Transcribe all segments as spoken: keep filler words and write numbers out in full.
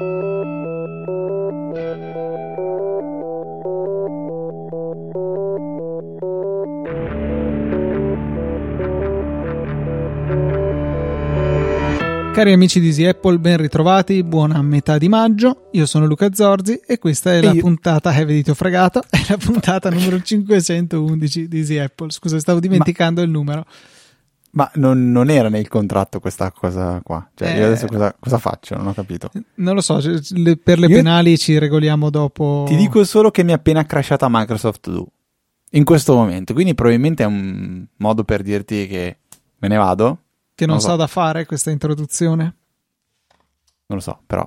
Cari amici di Easy Apple, ben ritrovati, buona metà di maggio, io sono Luca Zorzi e questa è e la io... puntata, eh vedete ho fregato, è la puntata numero cinquecentoundici di Easy Apple, scusa stavo dimenticando Ma... il numero. Ma non, non era nel contratto questa cosa qua, cioè eh... io adesso cosa, cosa faccio? Non ho capito. Non lo so, le, per le io... penali ci regoliamo dopo. Ti dico solo che mi è appena crashata Microsoft To Do, in questo momento, quindi probabilmente è un modo per dirti che me ne vado. Che non, non so. sa da fare questa introduzione? Non lo so, però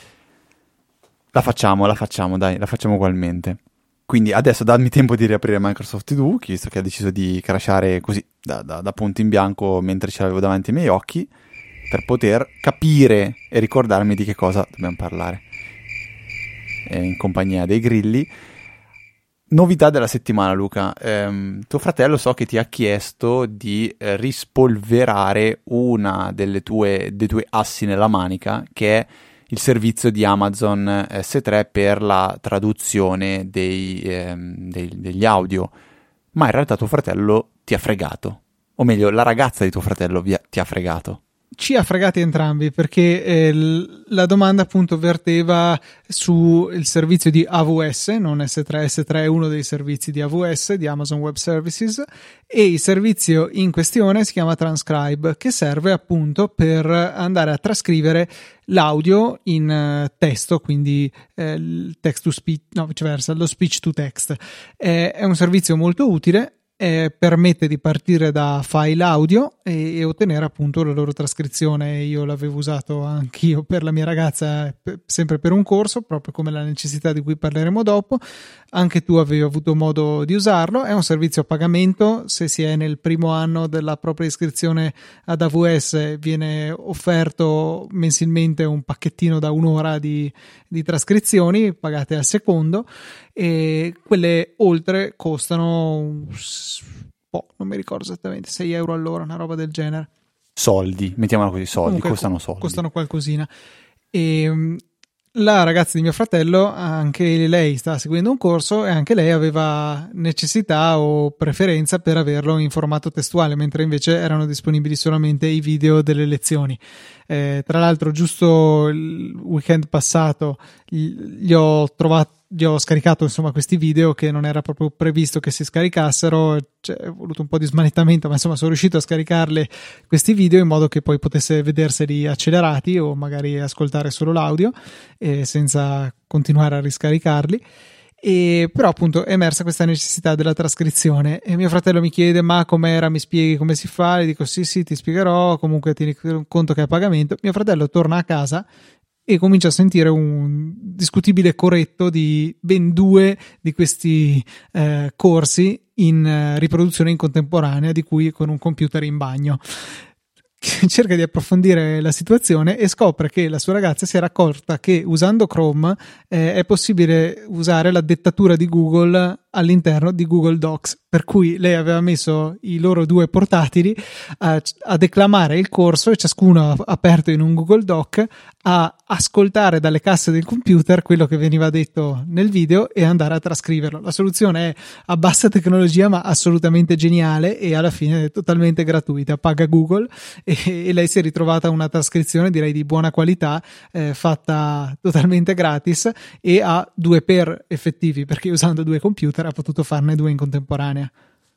la facciamo, la facciamo, dai, la facciamo ugualmente. Quindi adesso dammi tempo di riaprire Microsoft To Do, visto che ha deciso di crashare così, da, da, da punto in bianco, mentre ce l'avevo davanti ai miei occhi, per poter capire e ricordarmi di che cosa dobbiamo parlare. E in compagnia dei grilli. Novità della settimana, Luca. Ehm, tuo fratello so che ti ha chiesto di eh, rispolverare una delle tue, dei tuoi assi nella manica, che è il servizio di Amazon S tre per la traduzione dei, ehm, dei, degli audio. Ma in realtà tuo fratello ti ha fregato. O meglio, la ragazza di tuo fratello via, ti ha fregato. Ci ha fregati entrambi perché eh, l- la domanda appunto verteva sul servizio di A W S, non S tre, S tre è uno dei servizi di A W S, di Amazon Web Services, e il servizio in questione si chiama Transcribe, che serve appunto per andare a trascrivere l'audio in uh, testo, quindi eh, il text to speech, no viceversa, lo speech to text. Eh, è un servizio molto utile. Eh, permette di partire da file audio e, e ottenere appunto la loro trascrizione. Io l'avevo usato anch'io per la mia ragazza, p- sempre per un corso, proprio come la necessità di cui parleremo dopo. Anche tu avevi avuto modo di usarlo. È un servizio a pagamento, se si è nel primo anno della propria iscrizione ad A W S viene offerto mensilmente un pacchettino da un'ora di, di trascrizioni pagate al secondo, e quelle oltre costano un po', non mi ricordo esattamente, sei euro all'ora, una roba del genere. Soldi, mettiamola così, soldi, Comunque, costano soldi. Costano qualcosina. E la ragazza di mio fratello, anche lei stava seguendo un corso e anche lei aveva necessità o preferenza per averlo in formato testuale, mentre invece erano disponibili solamente i video delle lezioni. Eh, tra l'altro giusto il weekend passato gli ho trovato gli ho scaricato insomma questi video che non era proprio previsto che si scaricassero, cioè, è voluto un po' di smanettamento, ma insomma sono riuscito a scaricarle questi video in modo che poi potesse vederseli accelerati o magari ascoltare solo l'audio eh, senza continuare a riscaricarli. E però appunto è emersa questa necessità della trascrizione e mio fratello mi chiede: ma com'era, mi spieghi come si fa? E dico sì sì ti spiegherò, comunque tieni conto che è a pagamento. Mio fratello torna a casa e comincia a sentire un discutibile coretto di ben due di questi eh, corsi in eh, riproduzione in contemporanea, di cui con un computer in bagno. Cerca di approfondire la situazione e scopre che la sua ragazza si era accorta che usando Chrome eh, è possibile usare la dettatura di Google all'interno di Google Docs, per cui lei aveva messo i loro due portatili a, a declamare il corso e ciascuno aperto in un Google Doc a ascoltare dalle casse del computer quello che veniva detto nel video e andare a trascriverlo. La soluzione è a bassa tecnologia ma assolutamente geniale e alla fine è totalmente gratuita, paga Google e, e lei si è ritrovata una trascrizione direi di buona qualità eh, fatta totalmente gratis e a due per effettivi, perché usando due computer ha potuto farne due in contemporanea.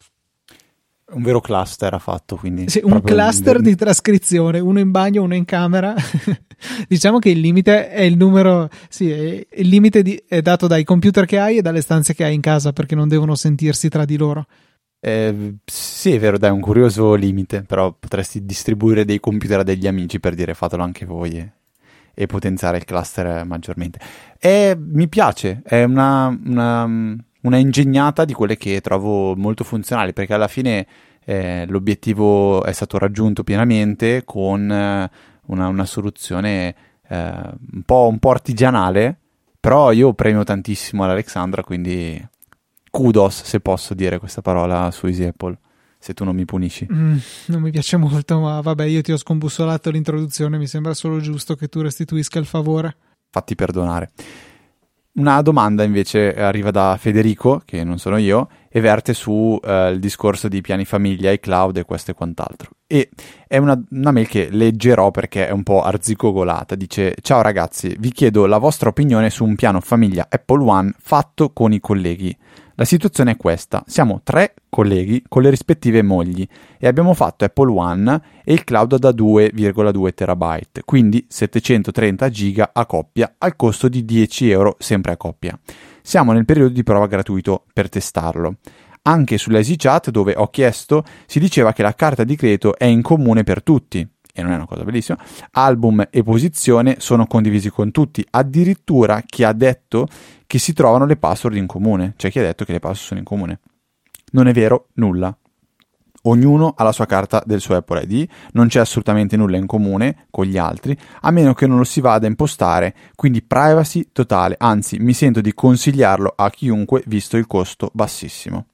Un vero cluster ha fatto, quindi sì, un cluster un... di trascrizione, uno in bagno, uno in camera. Diciamo che il limite è il numero, sì, è, il limite di, è dato dai computer che hai e dalle stanze che hai in casa, perché non devono sentirsi tra di loro. Eh, sì, è vero, dai, un curioso limite, però potresti distribuire dei computer a degli amici per dire fatelo anche voi e, e potenziare il cluster maggiormente. E mi piace, è una, una, una ingegnata di quelle che trovo molto funzionali, perché alla fine eh, l'obiettivo è stato raggiunto pienamente con eh, una, una soluzione eh, un po', un po' artigianale, però io premio tantissimo all'Alexandra, quindi kudos, se posso dire questa parola su Easy Apple, se tu non mi punisci. Mm, non mi piace molto, ma vabbè, io ti ho scombussolato l'introduzione, mi sembra solo giusto che tu restituisca il favore. fatti perdonare. Una domanda invece arriva da Federico, che non sono io, e verte su eh, il discorso di piani famiglia, iCloud e questo e quant'altro. E è una, una mail che leggerò perché è un po' arzigogolata. Dice: ciao ragazzi, vi chiedo la vostra opinione su un piano famiglia Apple One fatto con i colleghi. La situazione è questa: siamo tre colleghi con le rispettive mogli e abbiamo fatto Apple One e il cloud da due virgola due terabyte, quindi settecentotrenta giga a coppia al costo di dieci euro sempre a coppia. Siamo nel periodo di prova gratuito per testarlo. Anche sull'EasyChat, dove ho chiesto, si diceva che la carta di credito è in comune per tutti, e non è una cosa bellissima. Album e posizione sono condivisi con tutti, addirittura chi ha detto che si trovano le password in comune, cioè chi ha detto che le password sono in comune. Non è vero nulla. Ognuno ha la sua carta del suo Apple I D, non c'è assolutamente nulla in comune con gli altri, a meno che non lo si vada a impostare, quindi privacy totale, anzi mi sento di consigliarlo a chiunque visto il costo bassissimo.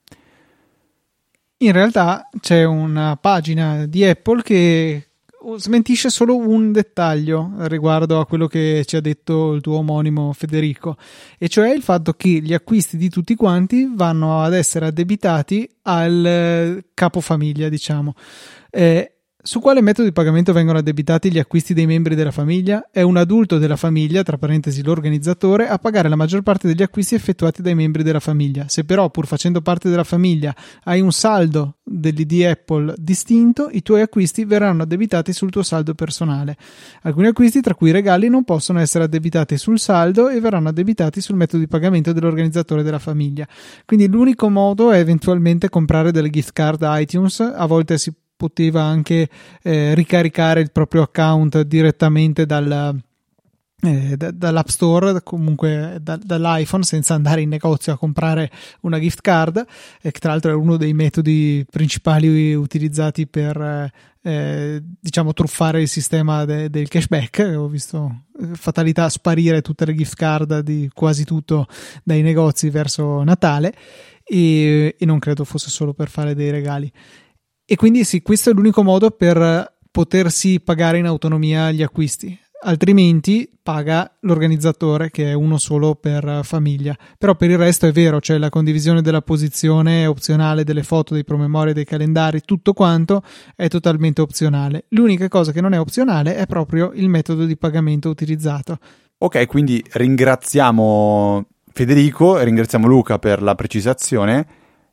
In realtà c'è una pagina di Apple che smentisce solo un dettaglio riguardo a quello che ci ha detto il tuo omonimo Federico, e cioè il fatto che gli acquisti di tutti quanti vanno ad essere addebitati al capofamiglia, diciamo. Eh, su quale metodo di pagamento vengono addebitati gli acquisti dei membri della famiglia? È un adulto della famiglia, tra parentesi l'organizzatore, a pagare la maggior parte degli acquisti effettuati dai membri della famiglia. Se però, pur facendo parte della famiglia, hai un saldo dell'I D Apple distinto, i tuoi acquisti verranno addebitati sul tuo saldo personale. Alcuni acquisti, tra cui i regali, non possono essere addebitati sul saldo e verranno addebitati sul metodo di pagamento dell'organizzatore della famiglia. Quindi l'unico modo è eventualmente comprare delle gift card iTunes. A volte si poteva anche eh, ricaricare il proprio account direttamente dal, eh, d- dall'App Store, comunque da- dall'iPhone, senza andare in negozio a comprare una gift card, e che tra l'altro è uno dei metodi principali utilizzati per eh, diciamo truffare il sistema de- del cashback. Ho visto fatalità sparire tutte le gift card di quasi tutto dai negozi verso Natale, e, e non credo fosse solo per fare dei regali. E quindi sì, questo è l'unico modo per potersi pagare in autonomia gli acquisti, altrimenti paga l'organizzatore, che è uno solo per famiglia. Però per il resto è vero, cioè la condivisione della posizione è opzionale, delle foto, dei promemoria, dei calendari, tutto quanto è totalmente opzionale. L'unica cosa che non è opzionale è proprio il metodo di pagamento utilizzato. Ok, quindi ringraziamo Federico e ringraziamo Luca per la precisazione.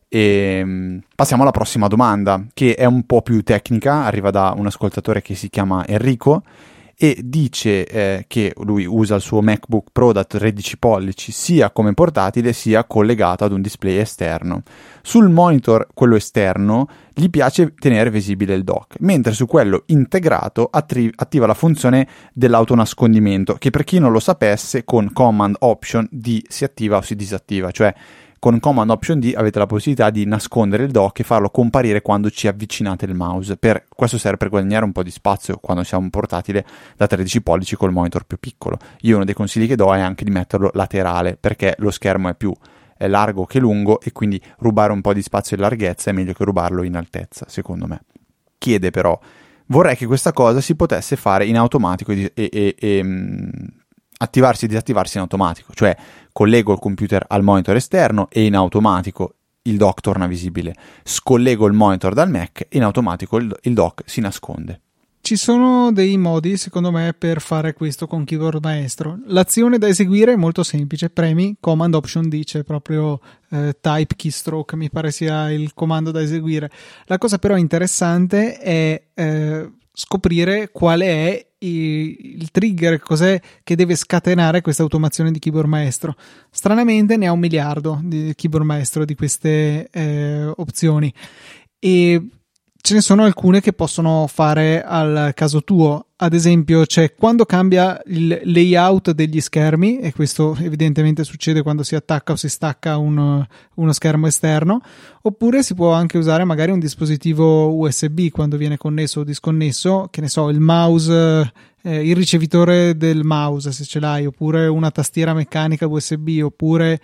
E passiamo alla prossima domanda, che è un po' più tecnica. Arriva da un ascoltatore che si chiama Enrico e dice eh, che lui usa il suo MacBook Pro da tredici pollici sia come portatile sia collegato ad un display esterno. Sul monitor, quello esterno, gli piace tenere visibile il dock, mentre su quello integrato attri- attiva la funzione dell'autonascondimento, che per chi non lo sapesse con Command Option D si attiva o si disattiva, cioè con Command Option D avete la possibilità di nascondere il dock e farlo comparire quando ci avvicinate il mouse. Per, questo serve per guadagnare un po' di spazio quando si ha un portatile da tredici pollici col monitor più piccolo. Io uno dei consigli che do è anche di metterlo laterale, perché lo schermo è più è largo che lungo e quindi rubare un po' di spazio e larghezza è meglio che rubarlo in altezza, secondo me. Chiede però: vorrei che questa cosa si potesse fare in automatico e, e, e, e mh, attivarsi e disattivarsi in automatico, cioè collego il computer al monitor esterno e in automatico il dock torna visibile, scollego il monitor dal Mac e in automatico il, il dock si nasconde. Ci sono dei modi, secondo me, per fare questo con Keyboard Maestro. L'azione da eseguire è molto semplice: premi Command Option D, c'è proprio eh, Type Keystroke, mi pare sia il comando da eseguire. La cosa però interessante è eh, scoprire quale è il trigger, cos'è che deve scatenare questa automazione di Keyboard Maestro. Stranamente ne ha un miliardo di Keyboard Maestro di queste eh, opzioni, e ce ne sono alcune che possono fare al caso tuo. Ad esempio c'è quando cambia il layout degli schermi, e questo evidentemente succede quando si attacca o si stacca un, uno schermo esterno, oppure si può anche usare magari un dispositivo U S B quando viene connesso o disconnesso, che ne so, il mouse, eh, il ricevitore del mouse se ce l'hai, oppure una tastiera meccanica U S B, oppure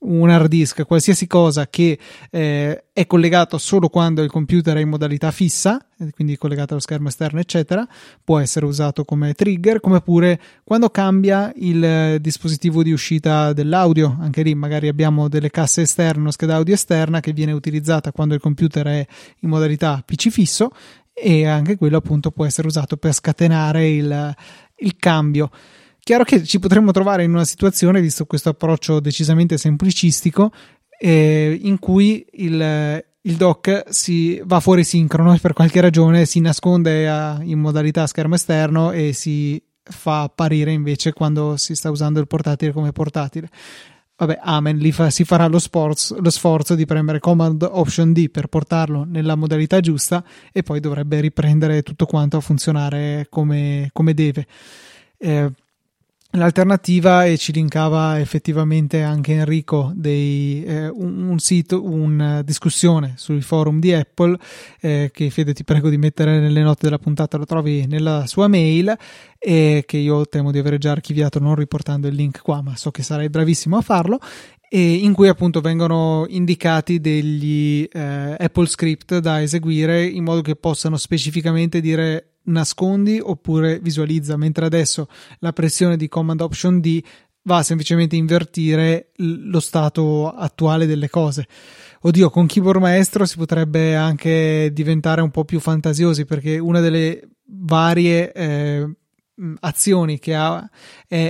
un hard disk, qualsiasi cosa che eh, è collegato solo quando il computer è in modalità fissa, quindi collegato allo schermo esterno eccetera, può essere usato come trigger, come pure quando cambia il eh, dispositivo di uscita dell'audio. Anche lì magari abbiamo delle casse esterne, una scheda audio esterna che viene utilizzata quando il computer è in modalità P C fisso, e anche quello appunto può essere usato per scatenare il, il cambio. Chiaro che ci potremmo trovare in una situazione, visto questo approccio decisamente semplicistico, eh, in cui il, il dock si va fuori sincrono e per qualche ragione si nasconde a, in modalità schermo esterno e si fa apparire invece quando si sta usando il portatile come portatile. Vabbè, amen, lì fa, si farà lo, sports, lo sforzo di premere Command Option D per portarlo nella modalità giusta e poi dovrebbe riprendere tutto quanto a funzionare come, come deve. Eh, L'alternativa, e ci linkava effettivamente anche Enrico, dei, eh, un, un sito, una discussione sui forum di Apple, eh, che Fede ti prego di mettere nelle note della puntata, lo trovi nella sua mail, e che io temo di aver già archiviato non riportando il link qua, ma so che sarai bravissimo a farlo, e in cui appunto vengono indicati degli eh, Apple script da eseguire in modo che possano specificamente dire nascondi oppure visualizza, mentre adesso la pressione di Command Option D va semplicemente a invertire lo stato attuale delle cose. Oddio, con Keyboard Maestro si potrebbe anche diventare un po' più fantasiosi, perché una delle varie eh, azioni che ha è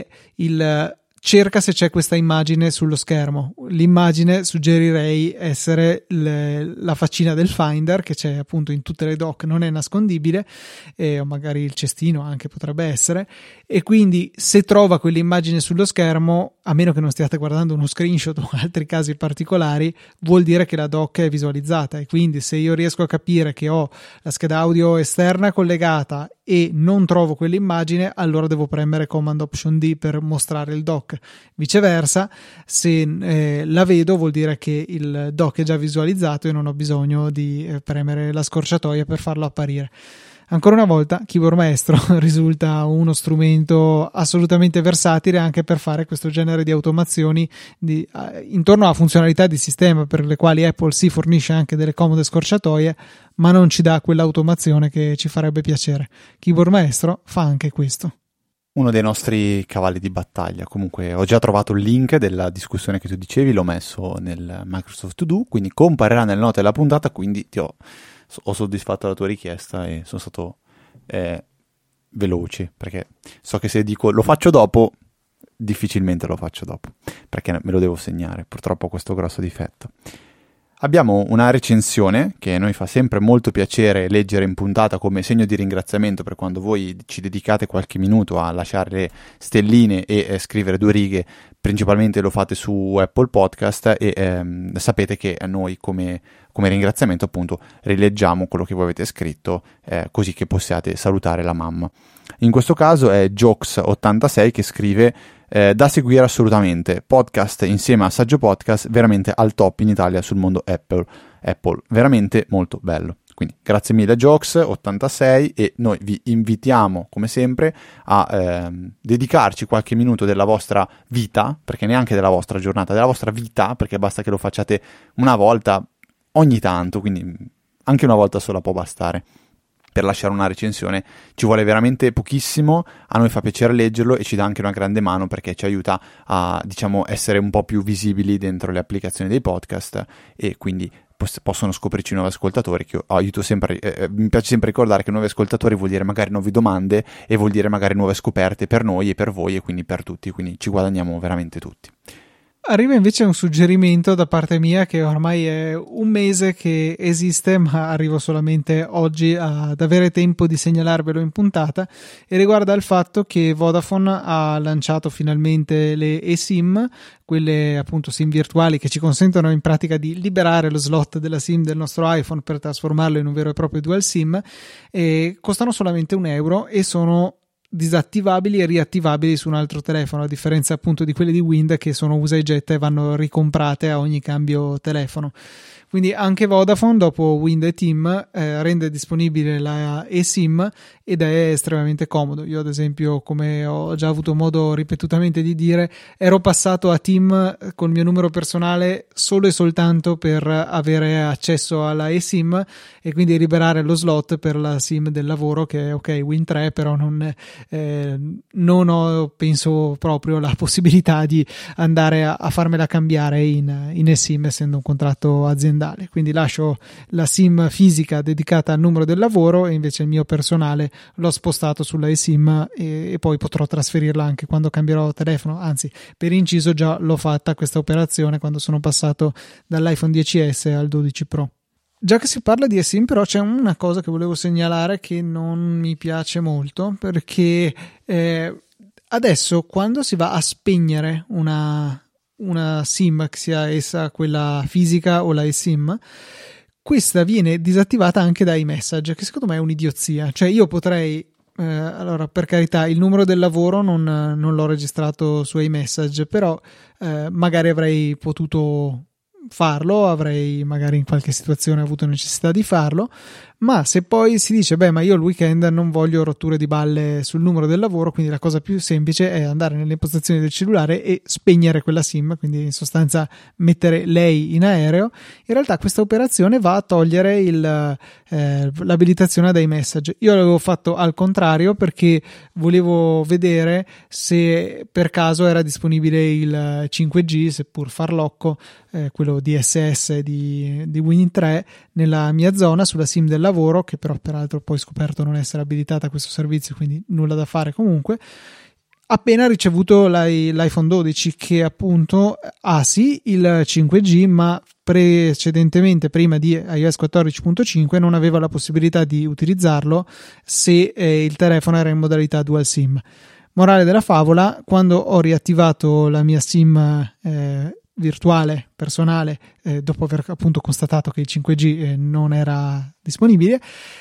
il cerca se c'è questa immagine sullo schermo. L'immagine suggerirei essere le, la faccina del Finder, che c'è appunto in tutte le dock, non è nascondibile, e, o magari il cestino anche potrebbe essere, e quindi se trova quell'immagine sullo schermo, a meno che non stiate guardando uno screenshot o altri casi particolari, vuol dire che la dock è visualizzata, e quindi se io riesco a capire che ho la scheda audio esterna collegata e non trovo quell'immagine, allora devo premere Command Option D per mostrare il dock. Viceversa, se eh, la vedo, vuol dire che il dock è già visualizzato e non ho bisogno di eh, premere la scorciatoia per farlo apparire. Ancora una volta, Keyboard Maestro risulta uno strumento assolutamente versatile anche per fare questo genere di automazioni di, eh, intorno a funzionalità di sistema per le quali Apple si fornisce anche delle comode scorciatoie, ma non ci dà quell'automazione che ci farebbe piacere. Keyboard Maestro fa anche questo. Uno dei nostri cavalli di battaglia. Comunque ho già trovato il link della discussione che tu dicevi, l'ho messo nel Microsoft To Do, quindi comparirà nelle note della puntata, quindi ti ho, ho soddisfatto la tua richiesta e sono stato eh, veloce, perché so che se dico lo faccio dopo, difficilmente lo faccio dopo, perché me lo devo segnare, purtroppo ho questo grosso difetto. Abbiamo una recensione che a noi fa sempre molto piacere leggere in puntata come segno di ringraziamento per quando voi ci dedicate qualche minuto a lasciare stelline e eh, scrivere due righe. Principalmente lo fate su Apple Podcast e ehm, sapete che noi come, come ringraziamento appunto rileggiamo quello che voi avete scritto, eh, così che possiate salutare la mamma. In questo caso è Jokes ottantasei che scrive: Eh, da seguire assolutamente, podcast insieme a Saggio Podcast veramente al top in Italia sul mondo Apple, Apple veramente molto bello. Quindi grazie mille Jokes ottantasei, e noi vi invitiamo come sempre a ehm, dedicarci qualche minuto della vostra vita, perché neanche della vostra giornata, della vostra vita, perché basta che lo facciate una volta ogni tanto, quindi anche una volta sola può bastare. Per lasciare una recensione ci vuole veramente pochissimo, a noi fa piacere leggerlo e ci dà anche una grande mano perché ci aiuta a, diciamo, essere un po' più visibili dentro le applicazioni dei podcast, e quindi poss- possono scoprirci nuovi ascoltatori, che io aiuto sempre, eh, mi piace sempre ricordare che nuovi ascoltatori vuol dire magari nuove domande e vuol dire magari nuove scoperte per noi e per voi e quindi per tutti, quindi ci guadagniamo veramente tutti. Arriva invece un suggerimento da parte mia che ormai è un mese che esiste, ma arrivo solamente oggi ad avere tempo di segnalarvelo in puntata, e riguarda il fatto che Vodafone ha lanciato finalmente le eSIM, quelle appunto SIM virtuali che ci consentono in pratica di liberare lo slot della SIM del nostro iPhone per trasformarlo in un vero e proprio dual SIM, e costano solamente un euro e sono disattivabili e riattivabili su un altro telefono, a differenza appunto di quelle di Wind che sono usa e getta e vanno ricomprate a ogni cambio telefono. Quindi anche Vodafone dopo Wind e Team eh, rende disponibile la eSIM ed è estremamente comodo. Io ad esempio, come ho già avuto modo ripetutamente di dire, ero passato a Team col mio numero personale solo e soltanto per avere accesso alla eSIM e quindi liberare lo slot per la SIM del lavoro, che è ok Wind tre, però non, eh, non ho, penso, proprio la possibilità di andare a, a farmela cambiare in, in eSIM essendo un contratto aziendale. Quindi lascio la SIM fisica dedicata al numero del lavoro e invece il mio personale l'ho spostato sulla eSIM e, e poi potrò trasferirla anche quando cambierò telefono. Anzi, per inciso già l'ho fatta questa operazione quando sono passato dall'iPhone dieci S al dodici Pro. Già che si parla di eSIM, però c'è una cosa che volevo segnalare che non mi piace molto, perché eh, adesso quando si va a spegnere una, una SIM, che sia essa quella fisica o la eSIM, questa viene disattivata anche dai message, che secondo me è un'idiozia. Cioè io potrei, eh, allora per carità, il numero del lavoro non, non l'ho registrato su iMessage, però eh, magari avrei potuto farlo, avrei magari in qualche situazione avuto necessità di farlo, ma se poi si dice beh ma io il weekend non voglio rotture di balle sul numero del lavoro, quindi la cosa più semplice è andare nelle impostazioni del cellulare e spegnere quella SIM, quindi in sostanza mettere lei in aereo. In realtà questa operazione va a togliere il, eh, l'abilitazione dai message. Io l'avevo fatto al contrario perché volevo vedere se per caso era disponibile il cinque G, seppur farlocco, eh, quello D S S di, di Wind tre nella mia zona sulla SIM del lavoro, che però peraltro poi ho scoperto non essere abilitata a questo servizio, quindi nulla da fare comunque. Appena ricevuto l'i- l'iPhone dodici, che appunto ha sì il cinque G, ma precedentemente, prima di iOS quattordici punto cinque, non aveva la possibilità di utilizzarlo se eh, il telefono era in modalità dual SIM. Morale della favola: quando ho riattivato la mia SIM eh, virtuale personale, eh, dopo aver appunto constatato che il cinque G eh, non era disponibile,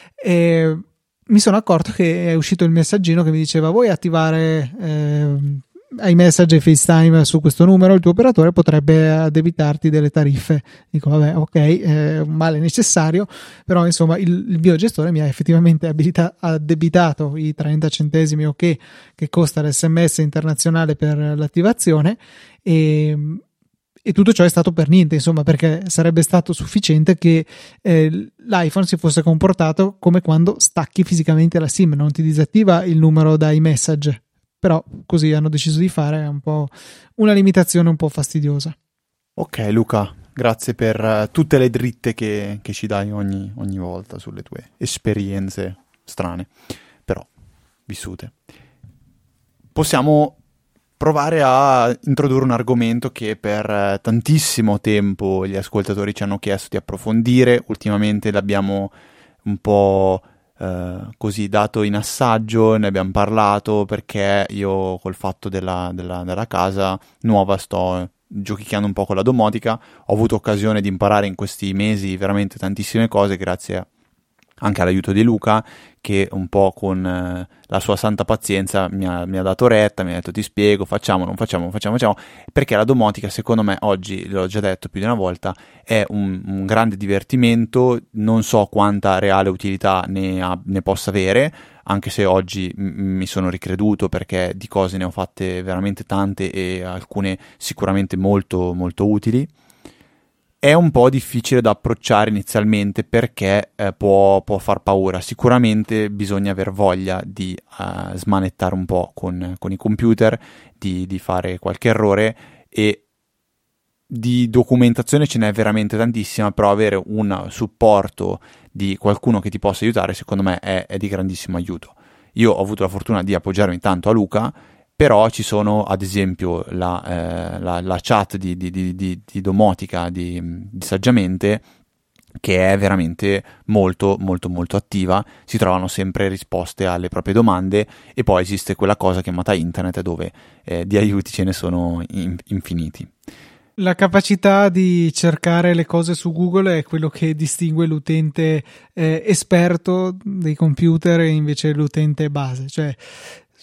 eh, mi sono accorto che è uscito il messaggino che mi diceva: vuoi attivare eh, iMessage e FaceTime su questo numero, il tuo operatore potrebbe addebitarti delle tariffe. Dico vabbè, ok, è un male necessario, però insomma il, il mio gestore mi ha effettivamente abilita- addebitato i trenta centesimi o okay, che costa l'esse emme esse internazionale per l'attivazione, e E tutto ciò è stato per niente, insomma, perché sarebbe stato sufficiente che eh, l'iPhone si fosse comportato come quando stacchi fisicamente la SIM, non ti disattiva il numero da iMessage. Però così hanno deciso di fare, è un po' una limitazione un po' fastidiosa. Ok Luca, grazie per uh, tutte le dritte che, che ci dai ogni, ogni volta sulle tue esperienze strane, però vissute. Possiamo provare a introdurre un argomento che per tantissimo tempo gli ascoltatori ci hanno chiesto di approfondire. Ultimamente l'abbiamo un po' eh, così dato in assaggio, ne abbiamo parlato perché io col fatto della, della, della casa nuova sto giochicchiando un po' con la domotica. Ho avuto occasione di imparare in questi mesi veramente tantissime cose grazie a anche all'aiuto di Luca, che un po' con eh, la sua santa pazienza mi ha, mi ha dato retta, mi ha detto ti spiego, facciamo, non facciamo, facciamo, facciamo, perché la domotica secondo me oggi, l'ho già detto più di una volta, è un, un grande divertimento. Non so quanta reale utilità ne, ha, ne possa avere, anche se oggi m- mi sono ricreduto perché di cose ne ho fatte veramente tante e alcune sicuramente molto molto utili. È un po' difficile da approcciare inizialmente perché eh, può, può far paura. Sicuramente bisogna aver voglia di uh, smanettare un po' con, con i computer, di, di fare qualche errore, e di documentazione ce n'è veramente tantissima, però avere un supporto di qualcuno che ti possa aiutare secondo me è, è di grandissimo aiuto. Io ho avuto la fortuna di appoggiarmi tanto a Luca, però ci sono ad esempio la, eh, la, la chat di, di, di, di, di domotica di, di Saggiamente, che è veramente molto molto molto attiva, si trovano sempre risposte alle proprie domande, e poi esiste quella cosa chiamata internet dove eh, di aiuti ce ne sono in, infiniti. La capacità di cercare le cose su Google è quello che distingue l'utente eh, esperto dei computer e invece l'utente base, cioè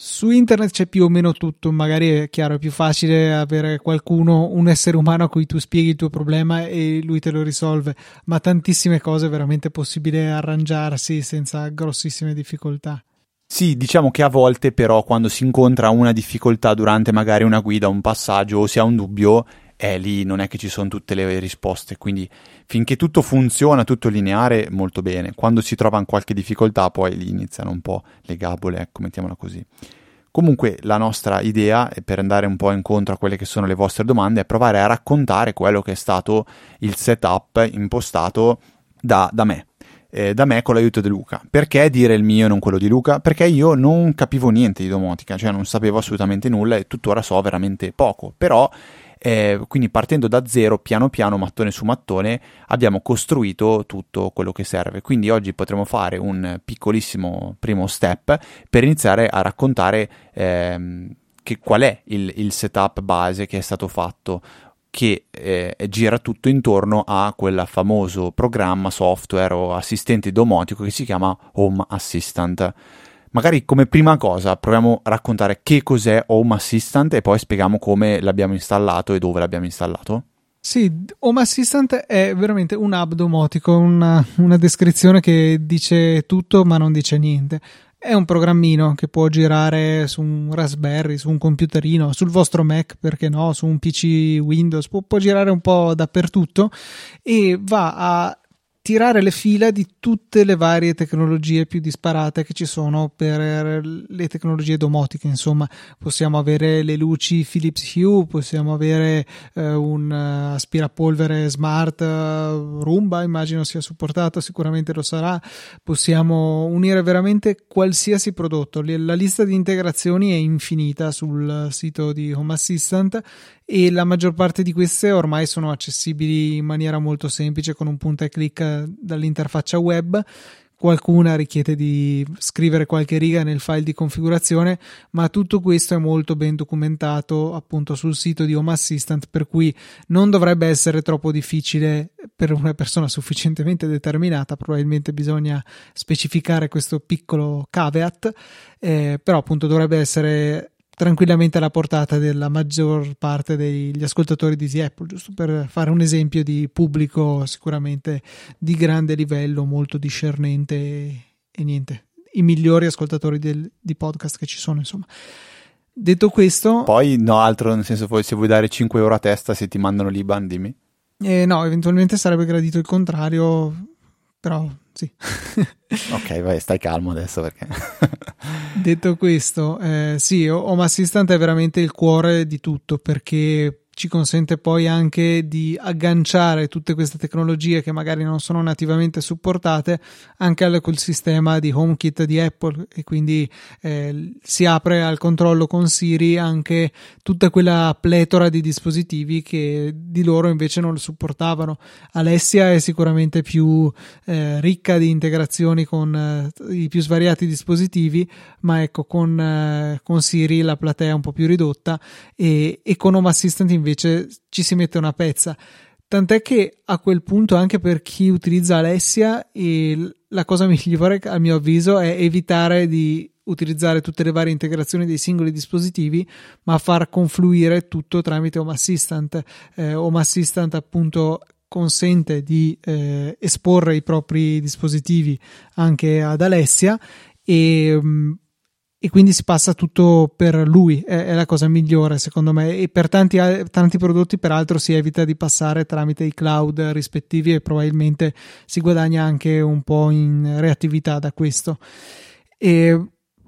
Su internet c'è più o meno tutto, magari è chiaro, è più facile avere qualcuno, un essere umano a cui tu spieghi il tuo problema e lui te lo risolve, ma tantissime cose è veramente possibile arrangiarsi senza grossissime difficoltà. Sì, diciamo che a volte però quando si incontra una difficoltà durante magari una guida, un passaggio o si ha un dubbio, è lì, non è che ci sono tutte le risposte, quindi finché tutto funziona, tutto lineare, molto bene. Quando si trova in qualche difficoltà poi lì iniziano un po' le gabole, ecco, mettiamola così. Comunque la nostra idea, per andare un po' incontro a quelle che sono le vostre domande, è provare a raccontare quello che è stato il setup impostato da, da me. Eh, da me con l'aiuto di Luca. Perché dire il mio e non quello di Luca? Perché io non capivo niente di domotica, cioè non sapevo assolutamente nulla e tuttora so veramente poco, però eh, quindi partendo da zero, piano piano, mattone su mattone, abbiamo costruito tutto quello che serve. Quindi oggi potremo fare un piccolissimo primo step per iniziare a raccontare ehm, che, qual è il, il setup base che è stato fatto, che eh, gira tutto intorno a quel famoso programma, software o assistente domotico che si chiama Home Assistant. Magari come prima cosa proviamo a raccontare che cos'è Home Assistant e poi spieghiamo come l'abbiamo installato e dove l'abbiamo installato. Sì, Home Assistant è veramente un hub domotico, una, una descrizione che dice tutto ma non dice niente. È un programmino che può girare su un Raspberry, su un computerino, sul vostro Mac, perché no, su un P C Windows, può, può girare un po' dappertutto e va a tirare le fila di tutte le varie tecnologie più disparate che ci sono per le tecnologie domotiche. Insomma, possiamo avere le luci Philips Hue, possiamo avere eh, un uh, aspirapolvere smart uh, Roomba, immagino sia supportato, sicuramente lo sarà. Possiamo unire veramente qualsiasi prodotto. La lista di integrazioni è infinita sul sito di Home Assistant e la maggior parte di queste ormai sono accessibili in maniera molto semplice con un punta e clic dall'interfaccia web. Qualcuna richiede di scrivere qualche riga nel file di configurazione, ma tutto questo è molto ben documentato appunto sul sito di Home Assistant, per cui non dovrebbe essere troppo difficile per una persona sufficientemente determinata. Probabilmente bisogna specificare questo piccolo caveat, eh, però appunto dovrebbe essere tranquillamente alla portata della maggior parte degli ascoltatori di Easy Apple, giusto per fare un esempio di pubblico sicuramente di grande livello, molto discernente e, e niente, i migliori ascoltatori del, di podcast che ci sono, insomma. Detto questo, poi no, altro, nel senso, se vuoi dare cinque euro a testa se ti mandano l'I B A N, dimmi. Eh, no, eventualmente sarebbe gradito il contrario, però sì. Ok, vai, stai calmo adesso perché detto questo, eh, sì, Home Assistant è veramente il cuore di tutto, perché ci consente poi anche di agganciare tutte queste tecnologie che magari non sono nativamente supportate anche al, col sistema di HomeKit di Apple, e quindi eh, si apre al controllo con Siri anche tutta quella pletora di dispositivi che di loro invece non lo supportavano. Alessia è sicuramente più eh, ricca di integrazioni con eh, i più svariati dispositivi, ma ecco, con, eh, con Siri la platea è un po' più ridotta, e, e con Home Assistant invece ci si mette una pezza, tant'è che a quel punto anche per chi utilizza Alessia e la cosa migliore a mio avviso è evitare di utilizzare tutte le varie integrazioni dei singoli dispositivi, ma far confluire tutto tramite Home Assistant. eh, Home Assistant appunto consente di eh, esporre i propri dispositivi anche ad Alessia e mh, e quindi si passa tutto per lui, è, è la cosa migliore secondo me, e per tanti, tanti prodotti peraltro si evita di passare tramite i cloud rispettivi e probabilmente si guadagna anche un po' in reattività da questo. E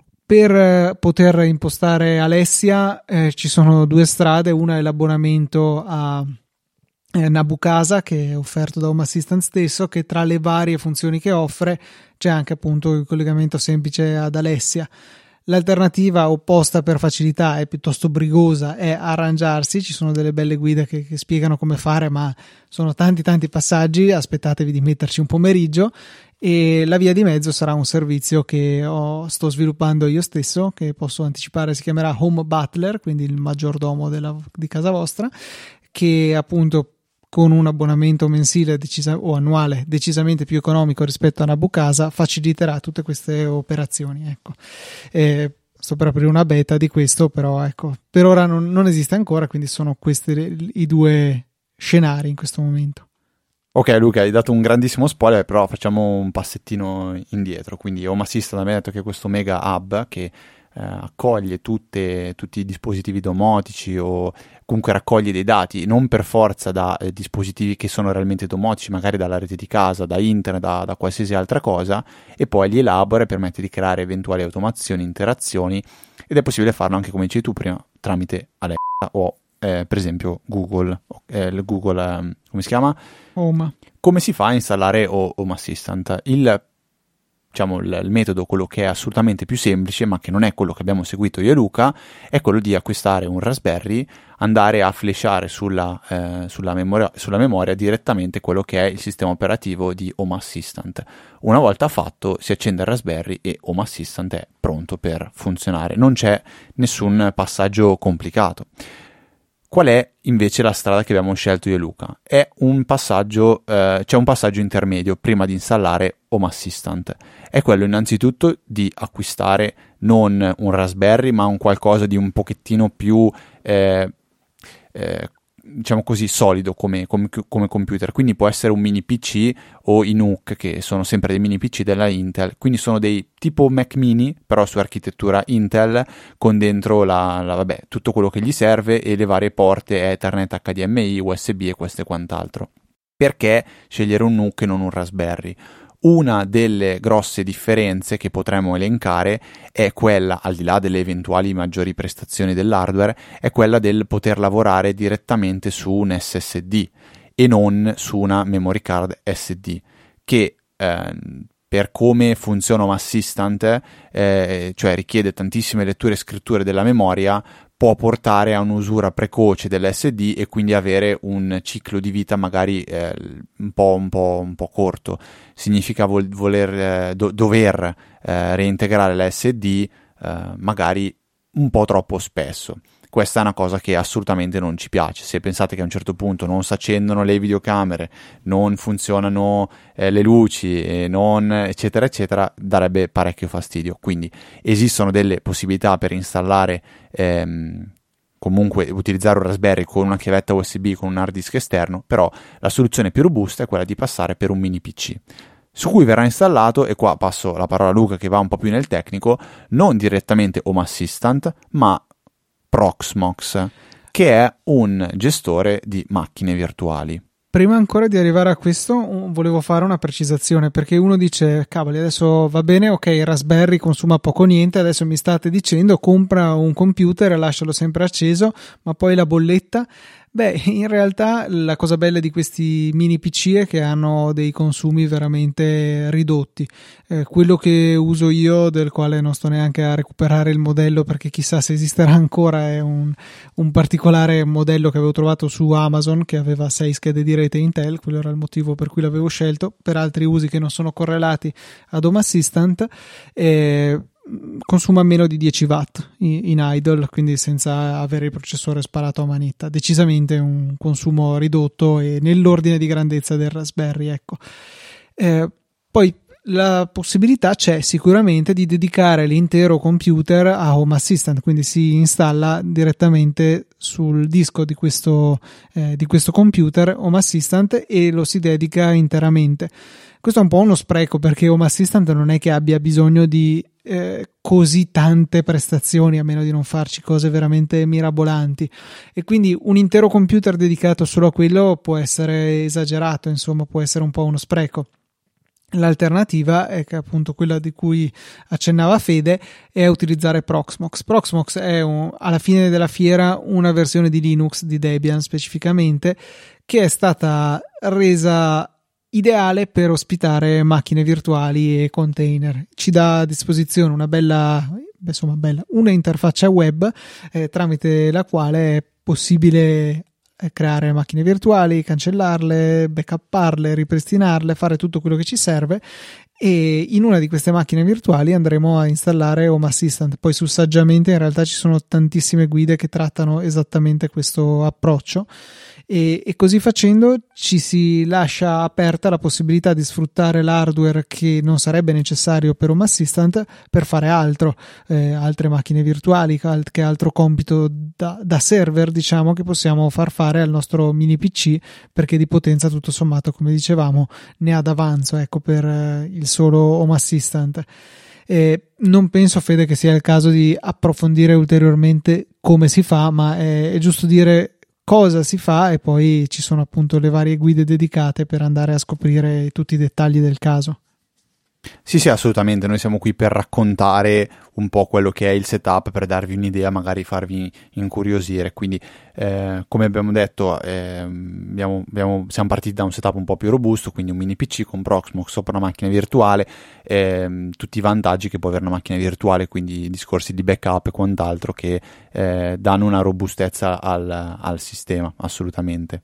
per poter impostare Alessia eh, ci sono due strade: una è l'abbonamento a Nabukasa, che è offerto da Home Assistant stesso, che tra le varie funzioni che offre c'è anche appunto il collegamento semplice ad Alessia. L'alternativa opposta per facilità è piuttosto brigosa, è arrangiarsi. Ci sono delle belle guide che, che spiegano come fare, ma sono tanti tanti passaggi, aspettatevi di metterci un pomeriggio, e la via di mezzo sarà un servizio che ho, sto sviluppando io stesso, che posso anticipare si chiamerà Home Butler, quindi il maggiordomo della, di casa vostra, che appunto con un abbonamento mensile decisa, o annuale decisamente più economico rispetto a Nabukasa faciliterà tutte queste operazioni, ecco. Eh, sto per aprire una beta di questo, però ecco, per ora non, non esiste ancora, quindi sono questi i due scenari in questo momento. Ok Luca, hai dato un grandissimo spoiler, però facciamo un passettino indietro. Quindi Home Assistant mi ha detto che è questo mega hub che eh, accoglie tutte, tutti i dispositivi domotici o comunque raccoglie dei dati, non per forza da eh, dispositivi che sono realmente domotici, magari dalla rete di casa, da internet, da, da qualsiasi altra cosa, e poi li elabora e permette di creare eventuali automazioni, interazioni, ed è possibile farlo anche, come dicevi tu prima, tramite Alexa o eh, per esempio Google, eh, il Google, eh, come si chiama? Home. Come si fa a installare Home Assistant? Il, diciamo, il, il metodo, quello che è assolutamente più semplice, ma che non è quello che abbiamo seguito io e Luca, è quello di acquistare un Raspberry, andare a flashare sulla, eh, sulla, memoria, sulla memoria direttamente quello che è il sistema operativo di Home Assistant. Una volta fatto, si accende il Raspberry e Home Assistant è pronto per funzionare. Non c'è nessun passaggio complicato. Qual è invece la strada che abbiamo scelto io e Luca? È un passaggio, eh, c'è un passaggio intermedio prima di installare Home Assistant. È quello innanzitutto di acquistare non un Raspberry, ma un qualcosa di un pochettino più, eh, eh, diciamo così, solido come, come, come computer. Quindi può essere un mini P C o i N U C, che sono sempre dei mini P C della Intel. Quindi sono dei tipo Mac mini, però su architettura Intel, con dentro la, la, vabbè, tutto quello che gli serve e le varie porte Ethernet, H D M I, U S B e questo e quant'altro. Perché scegliere un N U C e non un Raspberry? Una delle grosse differenze che potremmo elencare è quella, al di là delle eventuali maggiori prestazioni dell'hardware, è quella del poter lavorare direttamente su un S S D e non su una memory card S D, che eh, per come funziona Home Assistant, eh, cioè richiede tantissime letture e scritture della memoria, può portare a un'usura precoce dell'S D e quindi avere un ciclo di vita magari eh, un, po', un, po', un po' corto. Significa vol- voler, eh, do- dover eh, reintegrare l'S D eh, magari un po' troppo spesso. Questa è una cosa che assolutamente non ci piace. Se pensate che a un certo punto non si accendono le videocamere, non funzionano eh, le luci, e non, eccetera eccetera, darebbe parecchio fastidio. Quindi esistono delle possibilità per installare, ehm, comunque utilizzare un Raspberry con una chiavetta U S B, con un hard disk esterno, però la soluzione più robusta è quella di passare per un mini P C, su cui verrà installato, e qua passo la parola a Luca che va un po' più nel tecnico, non direttamente Home Assistant, ma Proxmox, che è un gestore di macchine virtuali. Prima ancora di arrivare a questo, volevo fare una precisazione, perché uno dice, cavoli, adesso va bene, ok, il Raspberry consuma poco o niente, adesso mi state dicendo compra un computer e lascialo sempre acceso, ma poi la bolletta? Beh, in realtà la cosa bella di questi mini P C è che hanno dei consumi veramente ridotti. Eh, quello che uso io, del quale non sto neanche a recuperare il modello perché chissà se esisterà ancora, è un, un particolare modello che avevo trovato su Amazon che aveva sei schede di rete Intel, quello era il motivo per cui l'avevo scelto, per altri usi che non sono correlati ad Home Assistant. Eh, consuma meno di dieci watt in idle, quindi senza avere il processore sparato a manetta, decisamente un consumo ridotto e nell'ordine di grandezza del Raspberry, ecco. Eh, poi la possibilità c'è sicuramente di dedicare l'intero computer a Home Assistant, quindi si installa direttamente sul disco di questo, eh, di questo computer Home Assistant e lo si dedica interamente. Questo è un po' uno spreco, perché Home Assistant non è che abbia bisogno di eh, così tante prestazioni, a meno di non farci cose veramente mirabolanti, e quindi un intero computer dedicato solo a quello può essere esagerato, insomma può essere un po' uno spreco. L'alternativa è che, appunto, quella di cui accennava Fede, è utilizzare Proxmox. Proxmox è un, alla fine della fiera una versione di Linux, di Debian specificamente, che è stata resa ideale per ospitare macchine virtuali e container. Ci dà a disposizione una bella, insomma bella, una interfaccia web eh, tramite la quale è possibile creare macchine virtuali, cancellarle, backupparle, ripristinarle, fare tutto quello che ci serve, e in una di queste macchine virtuali andremo a installare Home Assistant. Poi su Saggiamente in realtà ci sono tantissime guide che trattano esattamente questo approccio, e, e così facendo ci si lascia aperta la possibilità di sfruttare l'hardware che non sarebbe necessario per Home Assistant per fare altro, eh, altre macchine virtuali, che altro compito da, da server, diciamo, che possiamo far fare al nostro mini P C, perché di potenza tutto sommato, come dicevamo, ne ha d'avanzo, ecco, per eh, il solo Home Assistant. Eh, non penso, Fede, che sia il caso di approfondire ulteriormente come si fa, ma è, è giusto dire cosa si fa, e poi ci sono appunto le varie guide dedicate per andare a scoprire tutti i dettagli del caso. Sì, sì, assolutamente. Noi siamo qui per raccontare un po' quello che è il setup, per darvi un'idea, magari farvi incuriosire. Quindi, eh, come abbiamo detto, eh, abbiamo, abbiamo, siamo partiti da un setup un po' più robusto, quindi un mini P C con Proxmox sopra una macchina virtuale, eh, tutti i vantaggi che può avere una macchina virtuale, quindi discorsi di backup e quant'altro che eh, danno una robustezza al, al sistema, assolutamente.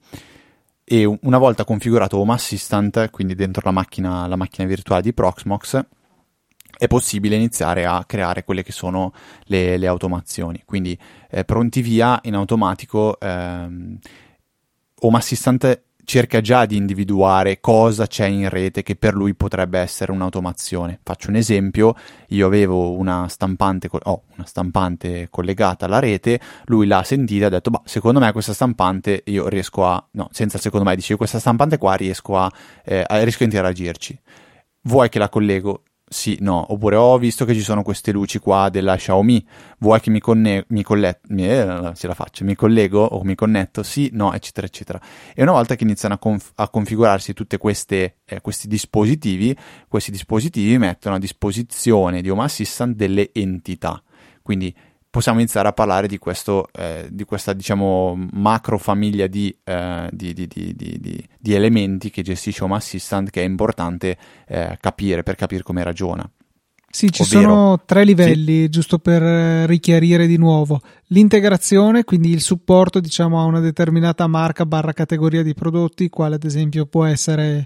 E una volta configurato Home Assistant, quindi dentro la macchina, la macchina virtuale di Proxmox, è possibile iniziare a creare quelle che sono le, le automazioni. Quindi eh, pronti via, in automatico, ehm, Home Assistant cerca già di individuare cosa c'è in rete che per lui potrebbe essere un'automazione. Faccio un esempio: io avevo una stampante, oh, una stampante collegata alla rete, lui l'ha sentita e ha detto, bah, secondo me questa stampante io riesco a, no, senza secondo me, dice, questa stampante qua riesco a, eh, a riesco a interagirci. Vuoi che la collego? Sì, no. Oppure ho visto che ci sono queste luci qua della Xiaomi, vuoi che mi, conne- mi, colle- mi, eh, ce la faccio, mi collego o mi connetto? Sì, no, eccetera eccetera. E una volta che iniziano a, conf- a configurarsi tutte queste eh, questi dispositivi, questi dispositivi mettono a disposizione di Home Assistant delle entità. Quindi possiamo iniziare a parlare di questo, eh, di questa, diciamo, macro famiglia di, eh, di, di, di, di, di, di elementi che gestisce Home Assistant, che è importante eh, capire per capire come ragiona. Sì, ci Ovvero, sono tre livelli, sì. Giusto per richiarire di nuovo. L'integrazione, quindi il supporto, diciamo, a una determinata marca barra categoria di prodotti, quale ad esempio può essere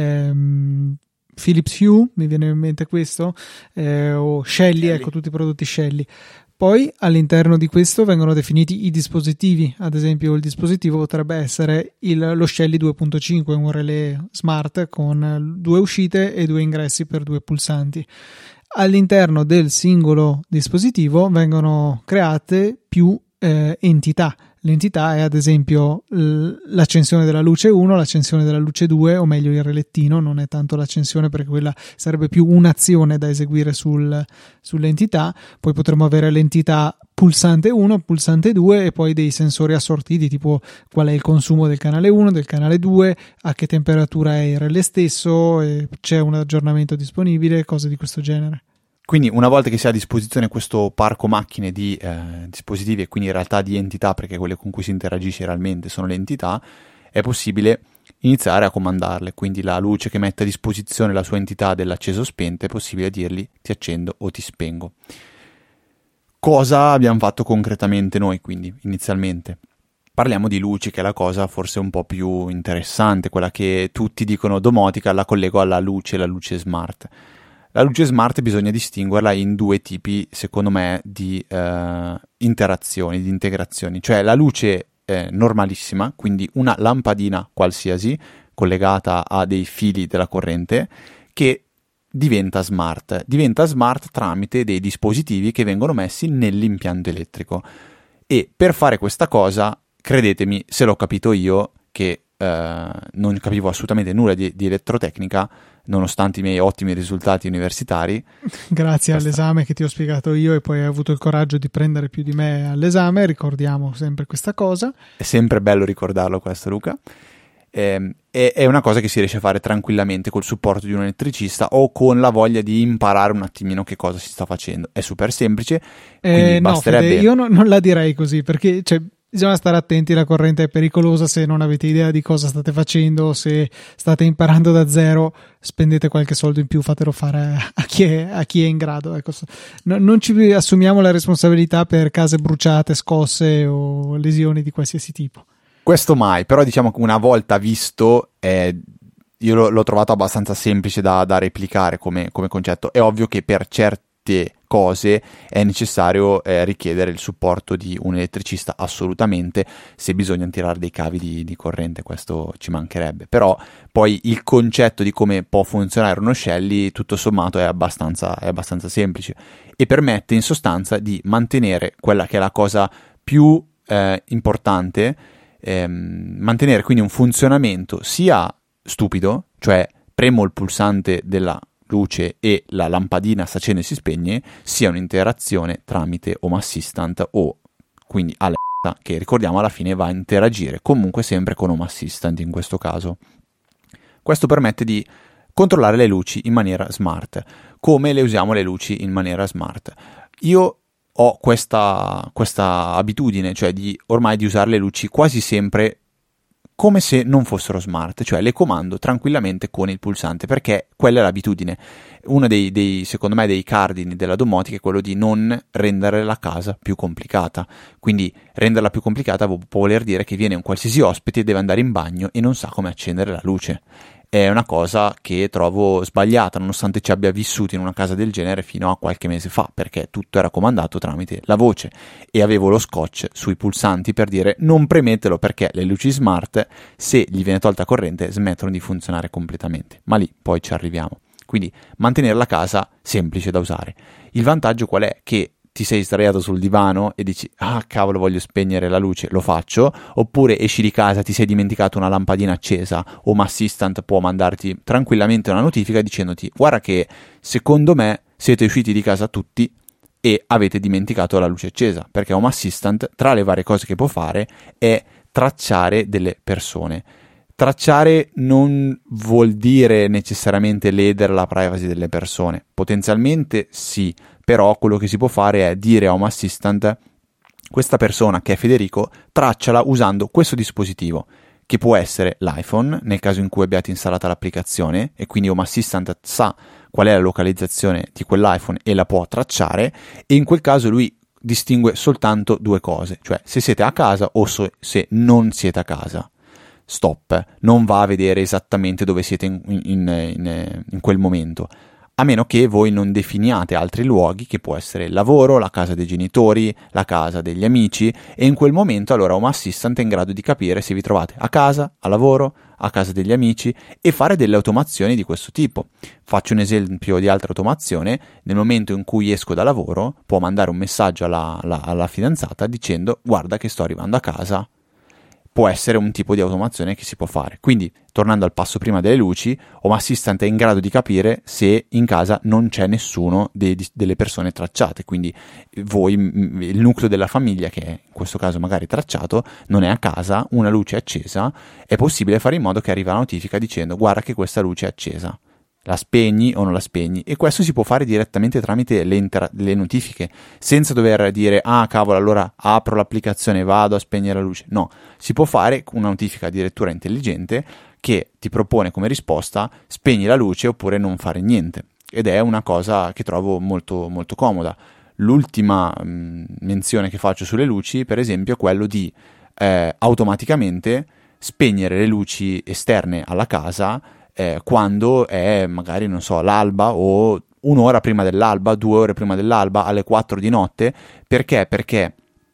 ehm, Philips Hue, mi viene in mente questo, eh, o Shelly, Shelly. ecco, tutti i prodotti Shelly. Poi all'interno di questo vengono definiti i dispositivi. Ad esempio, il dispositivo potrebbe essere il, lo Shelly due punto cinque, un relè smart con due uscite e due ingressi per due pulsanti. All'interno del singolo dispositivo vengono create più eh, entità. L'entità è ad esempio l'accensione della luce uno, l'accensione della luce due, o meglio il relettino, non è tanto l'accensione perché quella sarebbe più un'azione da eseguire sul, sull'entità. Poi potremmo avere l'entità pulsante uno, pulsante due e poi dei sensori assortiti, tipo qual è il consumo del canale uno, del canale due, a che temperatura è il relè stesso, e c'è un aggiornamento disponibile, cose di questo genere. Quindi una volta che si ha a disposizione questo parco macchine di eh, dispositivi, e quindi in realtà di entità, perché quelle con cui si interagisce realmente sono le entità, è possibile iniziare a comandarle. Quindi la luce che mette a disposizione la sua entità dell'acceso spento, è possibile dirgli ti accendo o ti spengo. Cosa abbiamo fatto concretamente noi, quindi, inizialmente? Parliamo di luci, che è la cosa forse un po' più interessante, quella che tutti dicono domotica, la collego alla luce, la luce smart. La luce smart bisogna distinguerla in due tipi, secondo me, di eh, interazioni, di integrazioni. Cioè la luce eh, normalissima, quindi una lampadina qualsiasi collegata a dei fili della corrente, che diventa smart. Diventa smart tramite dei dispositivi che vengono messi nell'impianto elettrico. E per fare questa cosa, credetemi, se l'ho capito io, che eh, non capivo assolutamente nulla di, di elettrotecnica, nonostante i miei ottimi risultati universitari. Grazie Questa... all'esame che ti ho spiegato io, e poi hai avuto il coraggio di prendere più di me all'esame, ricordiamo sempre questa cosa. È sempre bello ricordarlo questo, Luca. Eh, è, è una cosa che si riesce a fare tranquillamente col supporto di un elettricista, o con la voglia di imparare un attimino che cosa si sta facendo. È super semplice, quindi eh, basterebbe... No, Fede, io no, non la direi così, perché cioè, bisogna stare attenti, la corrente è pericolosa. Se non avete idea di cosa state facendo, se state imparando da zero, spendete qualche soldo in più, fatelo fare a chi è, a chi è in grado. Ecco, no, non ci assumiamo la responsabilità per case bruciate, scosse o lesioni di qualsiasi tipo. Questo mai, però diciamo che una volta visto è, io l'ho, l'ho trovato abbastanza semplice da, da replicare come, come concetto. È ovvio che per certe cose è necessario eh, richiedere il supporto di un elettricista, assolutamente, se bisogna tirare dei cavi di, di corrente, questo ci mancherebbe. Però poi il concetto di come può funzionare uno Shelly tutto sommato è abbastanza, è abbastanza semplice e permette in sostanza di mantenere quella che è la cosa più eh, importante, ehm, mantenere quindi un funzionamento sia stupido, cioè premo il pulsante della luce e la lampadina si accende e si spegne, sia un'interazione tramite Home Assistant o quindi Alexa, che ricordiamo alla fine va a interagire comunque sempre con Home Assistant in questo caso. Questo permette di controllare le luci in maniera smart. Come le usiamo le luci in maniera smart? Io ho questa, questa abitudine, cioè di ormai di usare le luci quasi sempre come se non fossero smart, cioè le comando tranquillamente con il pulsante, perché quella è l'abitudine. Uno dei, dei secondo me, dei cardini della domotica è quello di non rendere la casa più complicata. Quindi renderla più complicata può voler dire che viene un qualsiasi ospite e deve andare in bagno e non sa come accendere la luce. È una cosa che trovo sbagliata, nonostante ci abbia vissuto in una casa del genere fino a qualche mese fa, perché tutto era comandato tramite la voce e avevo lo scotch sui pulsanti per dire non premetelo, perché le luci smart, se gli viene tolta corrente, smettono di funzionare completamente. Ma lì poi ci arriviamo. Quindi mantenere la casa semplice da usare. Il vantaggio qual è? Che ti sei sdraiato sul divano e dici ah cavolo, voglio spegnere la luce, lo faccio. Oppure esci di casa, ti sei dimenticato una lampadina accesa, Home Assistant può mandarti tranquillamente una notifica dicendoti guarda che secondo me siete usciti di casa tutti e avete dimenticato la luce accesa, perché Home Assistant, tra le varie cose che può fare, è tracciare delle persone. Tracciare non vuol dire necessariamente ledere la privacy delle persone, potenzialmente sì, però quello che si può fare è dire a Home Assistant questa persona che è Federico, tracciala usando questo dispositivo, che può essere l'iPhone nel caso in cui abbiate installata l'applicazione e quindi Home Assistant sa qual è la localizzazione di quell'iPhone e la può tracciare, e in quel caso lui distingue soltanto due cose, cioè se siete a casa o so- se non siete a casa. Stop, non va a vedere esattamente dove siete in, in, in, in quel momento, a meno che voi non definiate altri luoghi, che può essere il lavoro, la casa dei genitori, la casa degli amici, e in quel momento allora Home Assistant è in grado di capire se vi trovate a casa, a lavoro, a casa degli amici, e fare delle automazioni di questo tipo. Faccio un esempio di altra automazione: nel momento in cui esco da lavoro può mandare un messaggio alla, alla, alla fidanzata dicendo guarda che sto arrivando a casa. Può essere un tipo di automazione che si può fare. Quindi, tornando al passo prima delle luci, Home Assistant è in grado di capire se in casa non c'è nessuno dei, delle persone tracciate. Quindi voi, il nucleo della famiglia, che è in questo caso magari tracciato, non è a casa, una luce è accesa, è possibile fare in modo che arrivi la notifica dicendo guarda che questa luce è accesa. La spegni o non la spegni, e questo si può fare direttamente tramite le, inter- le notifiche, senza dover dire ah cavolo allora apro l'applicazione e vado a spegnere la luce. No, si può fare una notifica addirittura intelligente che ti propone come risposta spegni la luce oppure non fare niente, ed è una cosa che trovo molto molto comoda. L'ultima mh, menzione che faccio sulle luci, per esempio, è quello di eh, automaticamente spegnere le luci esterne alla casa Eh, quando è magari, non so, l'alba o un'ora prima dell'alba, due ore prima dell'alba, alle quattro di notte. Perché? Perché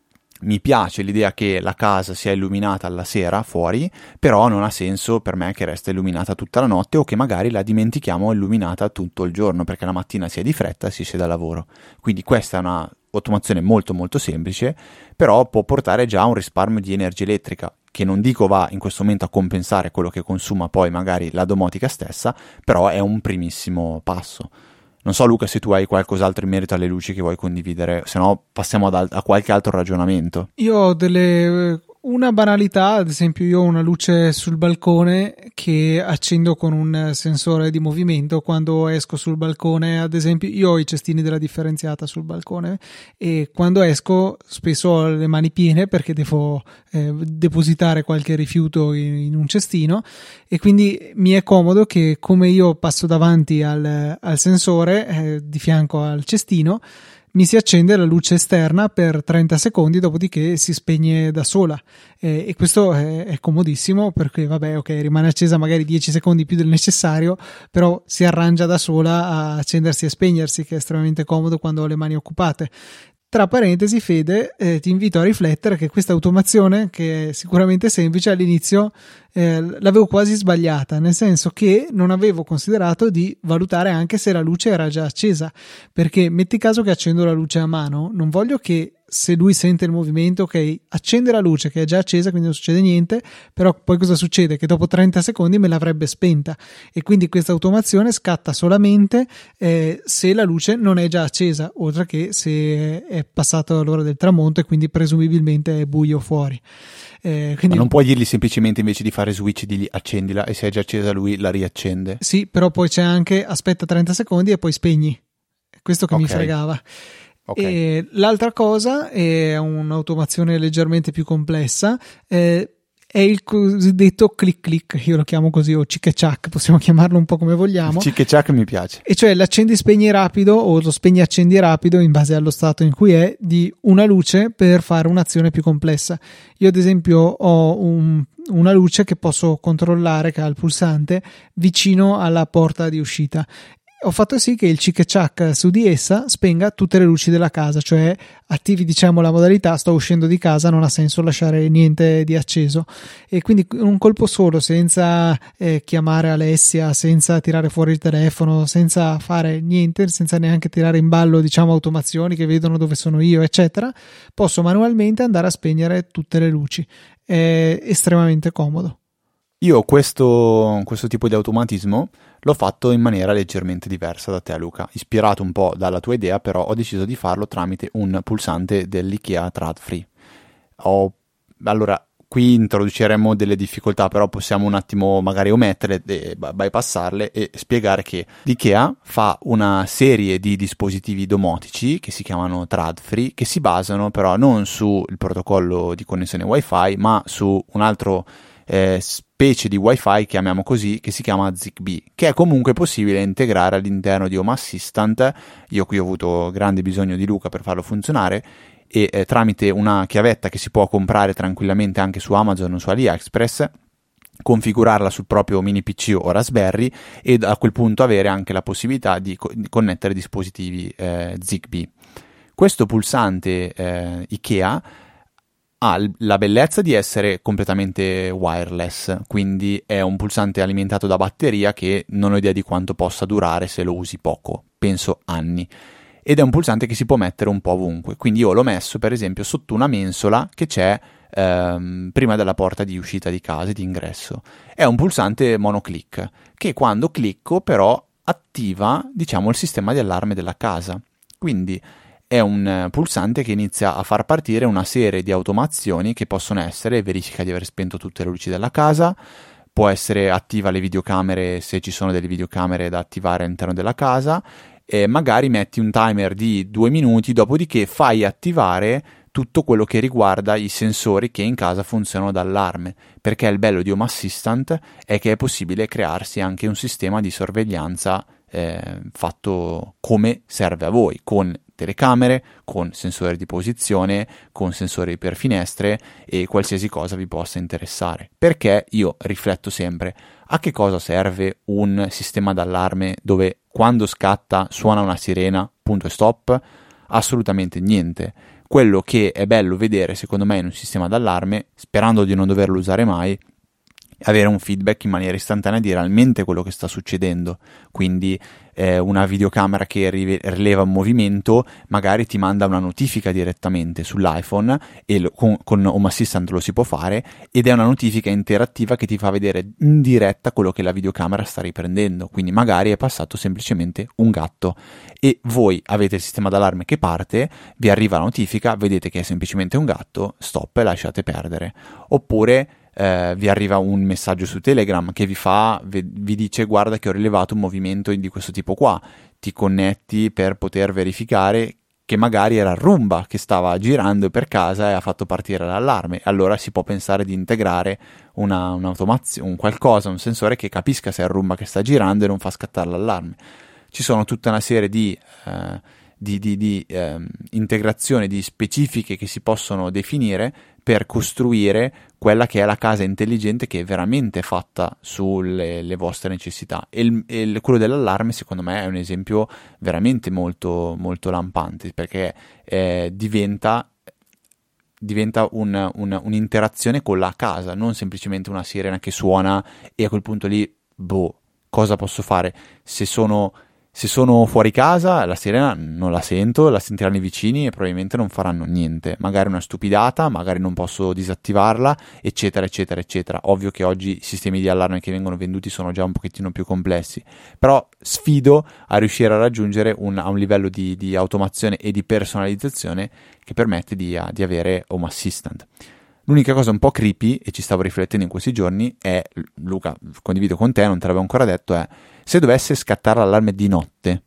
mi piace l'idea che la casa sia illuminata alla sera fuori, però non ha senso per me che resta illuminata tutta la notte, o che magari la dimentichiamo illuminata tutto il giorno perché la mattina si è di fretta e si scende a lavoro. Quindi questa è una automazione molto molto semplice, però può portare già a un risparmio di energia elettrica, che non dico va in questo momento a compensare quello che consuma poi magari la domotica stessa, però è un primissimo passo. Non so Luca se tu hai qualcos'altro in merito alle luci che vuoi condividere, se no passiamo ad, a qualche altro ragionamento. Io ho delle... una banalità, ad esempio io ho una luce sul balcone che accendo con un sensore di movimento quando esco sul balcone. Ad esempio io ho i cestini della differenziata sul balcone e quando esco spesso ho le mani piene perché devo eh, depositare qualche rifiuto in, in un cestino, e quindi mi è comodo che come io passo davanti al, al sensore eh, di fianco al cestino, mi si accende la luce esterna per trenta secondi, dopodiché si spegne da sola. Eh, e questo è, è comodissimo, perché vabbè, ok, rimane accesa magari dieci secondi più del necessario, però si arrangia da sola a accendersi e spegnersi, che è estremamente comodo quando ho le mani occupate. Tra parentesi, Fede, eh, ti invito a riflettere che questa automazione, che è sicuramente semplice, all'inizio eh, l'avevo quasi sbagliata, nel senso che non avevo considerato di valutare anche se la luce era già accesa, perché metti caso che accendo la luce a mano, non voglio che se lui sente il movimento, ok, accende la luce che è già accesa, quindi non succede niente, però poi cosa succede? Che dopo trenta secondi me l'avrebbe spenta, e quindi questa automazione scatta solamente eh, se la luce non è già accesa, oltre che se è passato l'ora del tramonto e quindi presumibilmente è buio fuori. Eh, quindi... Ma non puoi dirgli semplicemente, invece di fare switch, digli accendila, e se è già accesa lui la riaccende? Sì, però poi c'è anche aspetta trenta secondi e poi spegni. Questo che okay. mi fregava. Okay. E l'altra cosa è un'automazione leggermente più complessa, eh, è il cosiddetto click click, io lo chiamo così, o cic e ciac, possiamo chiamarlo un po' come vogliamo. Cic e ciac mi piace. E cioè l'accendi spegni rapido o lo spegni accendi rapido, in base allo stato in cui è, di una luce per fare un'azione più complessa. Io ad esempio ho un, una luce che posso controllare, che ha il pulsante vicino alla porta di uscita. Ho fatto sì che il cic e ciac su di essa spenga tutte le luci della casa, cioè attivi diciamo la modalità sto uscendo di casa, non ha senso lasciare niente di acceso, e quindi un colpo solo, senza eh, chiamare Alessia, senza tirare fuori il telefono, senza fare niente, senza neanche tirare in ballo diciamo automazioni che vedono dove sono io eccetera, posso manualmente andare a spegnere tutte le luci. È estremamente comodo. Io questo, questo tipo di automatismo l'ho fatto in maniera leggermente diversa da te, Luca, ispirato un po' dalla tua idea, però ho deciso di farlo tramite un pulsante dell'IKEA Thread-Free. Ho, allora, qui introduceremo delle difficoltà, però possiamo un attimo magari ometterle, e bypassarle e spiegare che l'IKEA fa una serie di dispositivi domotici che si chiamano Thread-Free, che si basano però non sul protocollo di connessione Wi-Fi, ma su un altro Eh, specie di wifi, chiamiamo così, che si chiama Zigbee, che è comunque possibile integrare all'interno di Home Assistant. Io qui ho avuto grande bisogno di Luca per farlo funzionare, e eh, tramite una chiavetta che si può comprare tranquillamente anche su Amazon o su AliExpress, configurarla sul proprio mini P C o Raspberry, e a quel punto avere anche la possibilità di, co- di connettere dispositivi eh, Zigbee. Questo pulsante eh, IKEA ha la bellezza di essere completamente wireless, quindi è un pulsante alimentato da batteria che non ho idea di quanto possa durare se lo usi poco, penso anni, ed è un pulsante che si può mettere un po' ovunque, quindi io l'ho messo per esempio sotto una mensola che c'è ehm, prima della porta di uscita di casa, di ingresso. È un pulsante monoclick che quando clicco però attiva diciamo il sistema di allarme della casa, quindi è un pulsante che inizia a far partire una serie di automazioni che possono essere verifica di aver spento tutte le luci della casa, può essere attiva le videocamere se ci sono delle videocamere da attivare all'interno della casa, e magari metti un timer di due minuti, dopodiché fai attivare tutto quello che riguarda i sensori che in casa funzionano d'allarme, perché il bello di Home Assistant è che è possibile crearsi anche un sistema di sorveglianza eh, fatto come serve a voi, con telecamere, con sensori di posizione, con sensori per finestre e qualsiasi cosa vi possa interessare. Perché io rifletto sempre a che cosa serve un sistema d'allarme dove quando scatta suona una sirena, punto e stop? Assolutamente niente. Quello che è bello vedere secondo me in un sistema d'allarme, sperando di non doverlo usare mai, avere un feedback in maniera istantanea di realmente quello che sta succedendo. Quindi eh, una videocamera che rive- rileva un movimento magari ti manda una notifica direttamente sull'iPhone, e lo, con, con Home Assistant lo si può fare, ed è una notifica interattiva che ti fa vedere in diretta quello che la videocamera sta riprendendo. Quindi magari è passato semplicemente un gatto e voi avete il sistema d'allarme che parte, vi arriva la notifica, vedete che è semplicemente un gatto, stop e lasciate perdere. Oppure Uh, vi arriva un messaggio su Telegram che vi fa, vi dice guarda che ho rilevato un movimento di questo tipo qua, ti connetti per poter verificare che magari era il Roomba che stava girando per casa e ha fatto partire l'allarme. Allora si può pensare di integrare una, un'automazione, un qualcosa, un sensore che capisca se è il Roomba che sta girando e non fa scattare l'allarme. Ci sono tutta una serie di uh, di, di, di ehm, integrazione di specifiche che si possono definire per costruire quella che è la casa intelligente che è veramente fatta sulle le vostre necessità. E, il, e il, quello dell'allarme secondo me è un esempio veramente molto, molto lampante, perché eh, diventa diventa un, un, un'interazione con la casa, non semplicemente una sirena che suona e a quel punto lì, boh, cosa posso fare? Se sono, se sono fuori casa, la sirena non la sento, la sentiranno i vicini e probabilmente non faranno niente. Magari una stupidata, magari non posso disattivarla, eccetera, eccetera, eccetera. Ovvio che oggi i sistemi di allarme che vengono venduti sono già un pochettino più complessi, però sfido a riuscire a raggiungere un, a un livello di, di automazione e di personalizzazione che permette di, di avere Home Assistant. L'unica cosa un po' creepy, e ci stavo riflettendo in questi giorni, è, Luca, condivido con te, non te l'avevo ancora detto, è se dovesse scattare l'allarme di notte,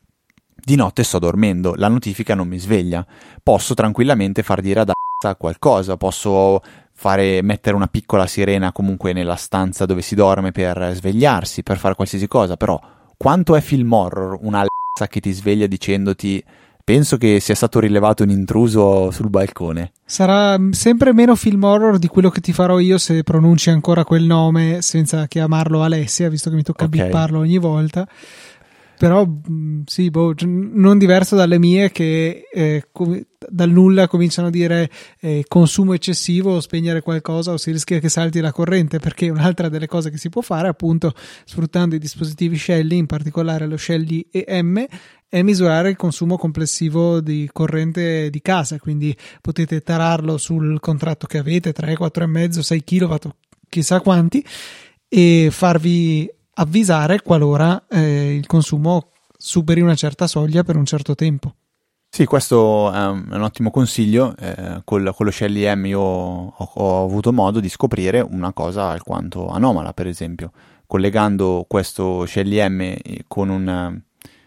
di notte sto dormendo, la notifica non mi sveglia, posso tranquillamente far dire ad Alexa qualcosa, posso fare, mettere una piccola sirena comunque nella stanza dove si dorme per svegliarsi, per fare qualsiasi cosa, però quanto è film horror una Alexa che ti sveglia dicendoti penso che sia stato rilevato un intruso sul balcone. Sarà sempre meno film horror di quello che ti farò io se pronunci ancora quel nome senza chiamarlo Alessia, visto che mi tocca okay. bipparlo ogni volta. Però sì, boh, non diverso dalle mie che eh, com- dal nulla cominciano a dire eh, consumo eccessivo o spegnere qualcosa o si rischia che salti la corrente, perché un'altra delle cose che si può fare, appunto sfruttando i dispositivi Shelly, in particolare lo Shelly E M, è misurare il consumo complessivo di corrente di casa. Quindi potete tararlo sul contratto che avete, tre, quattro e mezzo, sei chilowatt, chissà quanti, e farvi avvisare qualora eh, il consumo superi una certa soglia per un certo tempo. Sì, questo è un, è un ottimo consiglio. Eh, col, con lo Shelly M io ho, ho avuto modo di scoprire una cosa alquanto anomala, per esempio, collegando questo Shelly M con un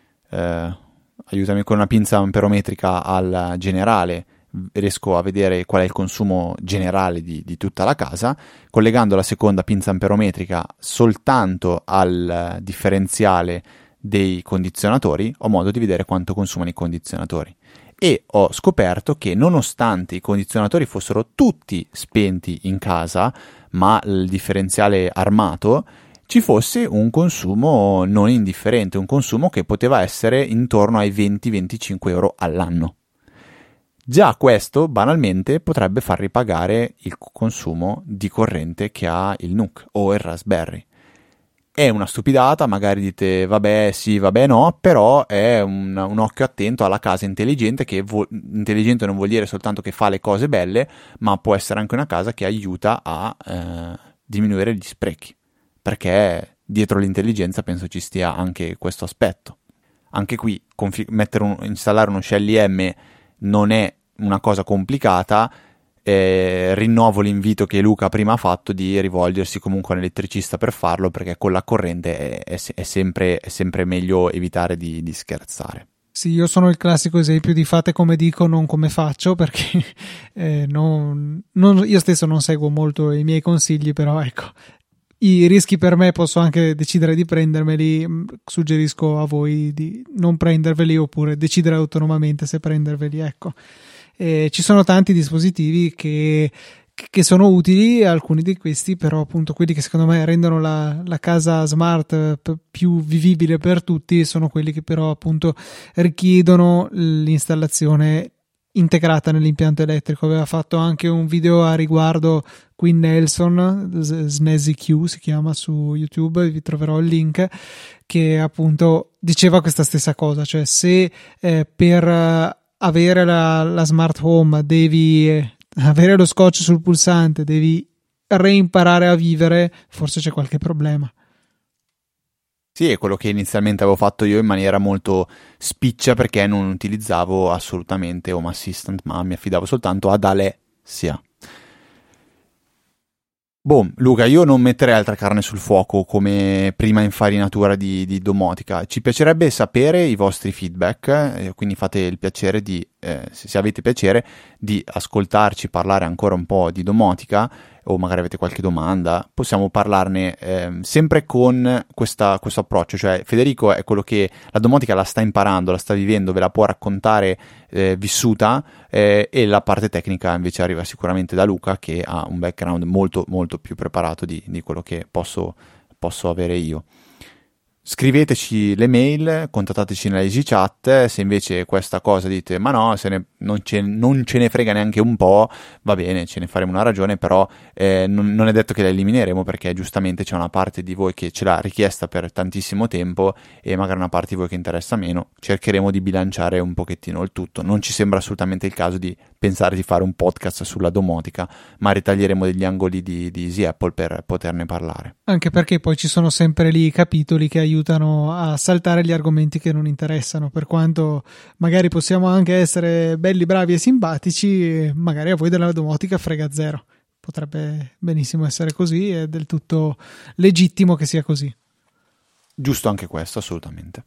eh, aiutami con una pinza amperometrica al generale, riesco a vedere qual è il consumo generale di, di tutta la casa. Collegando la seconda pinza amperometrica soltanto al differenziale dei condizionatori ho modo di vedere quanto consumano i condizionatori, e ho scoperto che nonostante i condizionatori fossero tutti spenti in casa ma il differenziale armato, ci fosse un consumo non indifferente, un consumo che poteva essere intorno ai venti venticinque euro all'anno. Già questo banalmente potrebbe far ripagare il consumo di corrente che ha il Nook o il Raspberry. È una stupidata, magari dite vabbè sì, vabbè no, però è un, un occhio attento alla casa intelligente, che vo- intelligente non vuol dire soltanto che fa le cose belle, ma può essere anche una casa che aiuta a eh, diminuire gli sprechi, perché dietro l'intelligenza penso ci stia anche questo aspetto. Anche qui config- mettere un, installare uno Shelly M non è una cosa complicata. Eh, rinnovo l'invito che Luca prima ha fatto di rivolgersi comunque a un elettricista per farlo, perché con la corrente è, è, è, sempre, è sempre meglio evitare di, di scherzare. Sì, io sono il classico esempio di fate come dico, non come faccio, perché eh, non, non, io stesso non seguo molto i miei consigli, però ecco, i rischi per me posso anche decidere di prendermeli. Suggerisco a voi di non prenderveli oppure decidere autonomamente se prenderveli, ecco. Eh, ci sono tanti dispositivi che, che sono utili, alcuni di questi però appunto quelli che secondo me rendono la, la casa smart p- più vivibile per tutti sono quelli che però appunto richiedono l'installazione integrata nell'impianto elettrico. Aveva fatto anche un video a riguardo qui Nelson, Snazzy Q si chiama, su YouTube, vi troverò il link, che appunto diceva questa stessa cosa, cioè se eh, per avere la, la smart home devi eh, avere lo scotch sul pulsante, devi reimparare a vivere, forse c'è qualche problema. Sì, è quello che inizialmente avevo fatto io in maniera molto spiccia, perché non utilizzavo assolutamente Home Assistant, ma mi affidavo soltanto ad Alessia. Boh, Luca, io non metterei altra carne sul fuoco come prima infarinatura di, di domotica. Ci piacerebbe sapere i vostri feedback, eh, quindi fate il piacere di, eh, se, se avete piacere, di ascoltarci parlare ancora un po' di domotica, o magari avete qualche domanda, possiamo parlarne eh, sempre con questa, questo approccio. Cioè Federico è quello che la domotica la sta imparando, la sta vivendo, ve la può raccontare eh, vissuta, eh, e la parte tecnica invece arriva sicuramente da Luca, che ha un background molto molto più preparato di, di quello che posso, posso avere io. Scriveteci le mail, contattateci nella EasyChat. Se invece questa cosa dite ma no, se ne, non, ce, non ce ne frega neanche un po', va bene, ce ne faremo una ragione, però eh, non, non è detto che la elimineremo, perché giustamente c'è una parte di voi che ce l'ha richiesta per tantissimo tempo e magari una parte di voi che interessa meno. Cercheremo di bilanciare un pochettino il tutto. Non ci sembra assolutamente il caso di pensare di fare un podcast sulla domotica, ma ritaglieremo degli angoli di, di Easy Apple per poterne parlare. Anche perché poi ci sono sempre lì i capitoli che aiutano a saltare gli argomenti che non interessano, per quanto magari possiamo anche essere belli, bravi e simpatici, magari a voi della domotica frega zero. Potrebbe benissimo essere così, è del tutto legittimo che sia così. Giusto anche questo, assolutamente.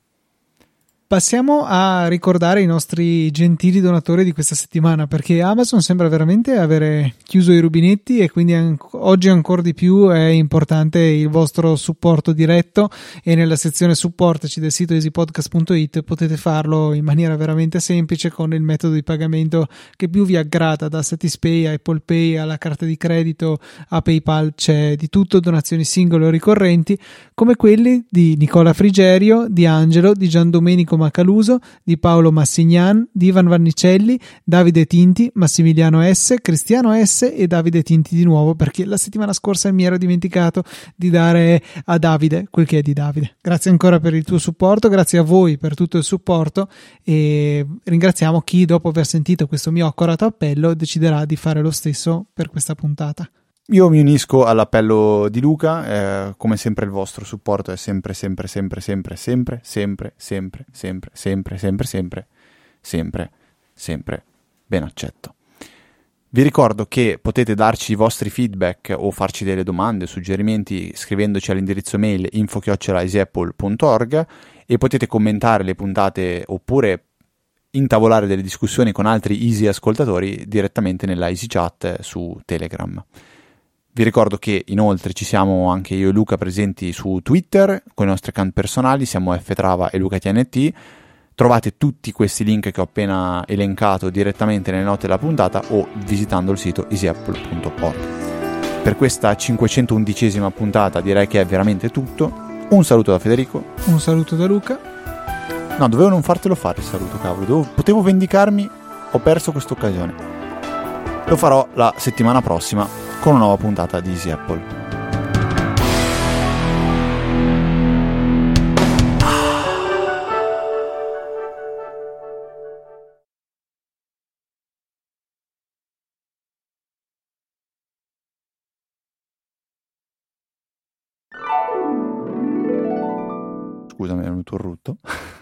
Passiamo a ricordare i nostri gentili donatori di questa settimana, perché Amazon sembra veramente avere chiuso i rubinetti e quindi an- oggi ancora di più è importante il vostro supporto diretto, e nella sezione supportaci del sito easypodcast punto it potete farlo in maniera veramente semplice con il metodo di pagamento che più vi aggrada, da Satispay a Apple Pay alla carta di credito a PayPal, c'è di tutto, donazioni singole o ricorrenti come quelli di Nicola Frigerio, di Angelo, di Gian Domenico Macaluso, di Paolo Massignan, di Ivan Vannicelli, Davide Tinti, Massimiliano S, Cristiano S e Davide Tinti di nuovo, perché la settimana scorsa mi ero dimenticato di dare a Davide quel che è di Davide. Grazie ancora per il tuo supporto, grazie a voi per tutto il supporto, e ringraziamo chi dopo aver sentito questo mio accorato appello deciderà di fare lo stesso per questa puntata. Io mi unisco all'appello di Luca, eh, come sempre il vostro supporto è sempre, sempre, sempre, sempre, sempre, sempre, sempre, sempre, sempre, sempre, sempre, sempre, sempre ben accetto. Vi ricordo che potete darci i vostri feedback o farci delle domande, suggerimenti scrivendoci all'indirizzo mail info chiocciola easyapple punto org, e potete commentare le puntate oppure intavolare delle discussioni con altri easy ascoltatori direttamente nella EasyChat su Telegram. Vi ricordo che inoltre ci siamo anche io e Luca presenti su Twitter con i nostri account personali, siamo ftrava e lucatnt. Trovate tutti questi link che ho appena elencato direttamente nelle note della puntata o visitando il sito easyapple punto org. Per questa cinquecentoundicesima puntata direi che è veramente tutto. Un saluto da Federico. Un saluto da Luca. No, dovevo non fartelo fare il saluto, cavolo. Dovevo, potevo vendicarmi, ho perso questa occasione. Lo farò la settimana prossima con una nuova puntata di Easy Apple. Scusami, è venuto un rutto.